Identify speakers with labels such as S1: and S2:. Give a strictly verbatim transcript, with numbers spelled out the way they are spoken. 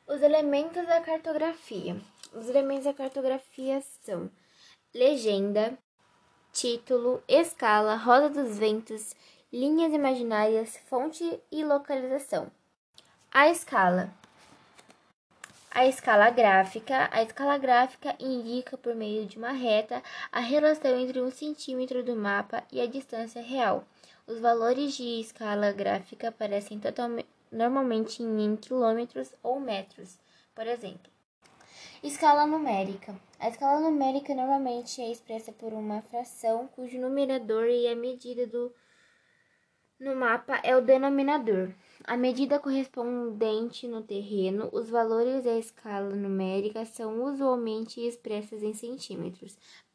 S1: Os elementos da cartografia. Os elementos da cartografia são legenda, título, escala, roda dos ventos, linhas imaginárias, fonte e localização. A escala. A escala gráfica. A escala gráfica indica, por meio de uma reta, a relação entre um centímetro do mapa e a distância real. Os valores de escala gráfica aparecem totalmente, normalmente em quilômetros ou metros, por exemplo. Escala numérica. A escala numérica normalmente é expressa por uma fração cujo numerador e a medida do no mapa é o denominador. A medida correspondente no terreno, os valores da escala numérica são usualmente expressos em centímetros.